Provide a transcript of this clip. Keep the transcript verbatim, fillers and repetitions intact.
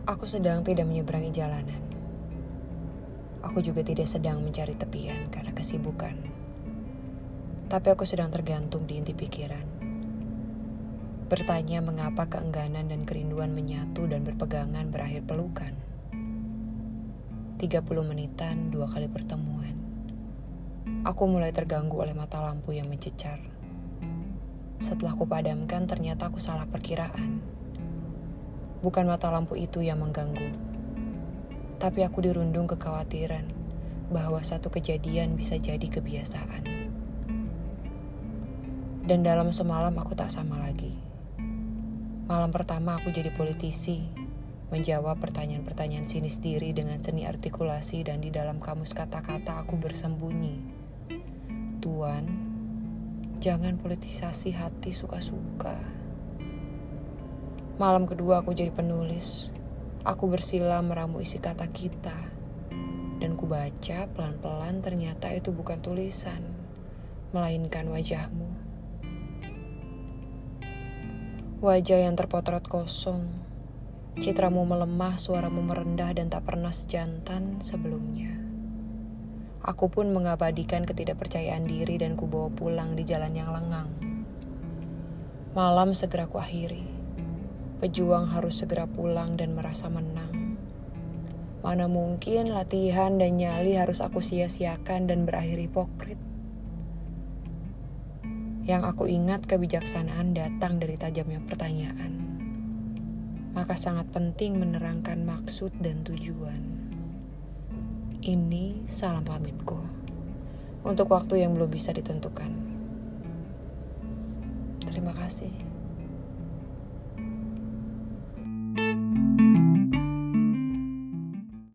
Aku sedang tidak menyeberangi jalanan. Aku juga tidak sedang mencari tepian karena kesibukan. Tapi aku sedang tergantung di inti pikiran. Bertanya mengapa keengganan dan kerinduan menyatu dan berpegangan berakhir pelukan. tiga puluh menitan, dua kali pertemuan. Aku mulai terganggu oleh mata lampu yang mencecar. Setelah aku padamkan, ternyata aku salah perkiraan. Bukan mata lampu itu yang mengganggu, tapi aku dirundung kekhawatiran bahwa satu kejadian bisa jadi kebiasaan. Dan dalam semalam aku tak sama lagi. Malam pertama aku jadi politisi, menjawab pertanyaan-pertanyaan sinis diri dengan seni artikulasi, dan di dalam kamus kata-kata aku bersembunyi. Tuan, jangan politisasi hati suka-suka. Malam kedua aku jadi penulis. Aku bersila meramu isi kata kita. Dan ku baca pelan-pelan, ternyata itu bukan tulisan, melainkan wajahmu. Wajah yang terpotret kosong. Citramu melemah, suaramu merendah dan tak pernah sejantan sebelumnya. Aku pun mengabadikan ketidakpercayaan diri dan ku bawa pulang di jalan yang lengang. Malam segera ku akhiri. Pejuang harus segera pulang dan merasa menang. Mana mungkin latihan dan nyali harus aku sia-siakan dan berakhir hipokrit. Yang aku ingat, kebijaksanaan datang dari tajamnya pertanyaan. Maka sangat penting menerangkan maksud dan tujuan. Ini salam pamitku untuk waktu yang belum bisa ditentukan. Terima kasih.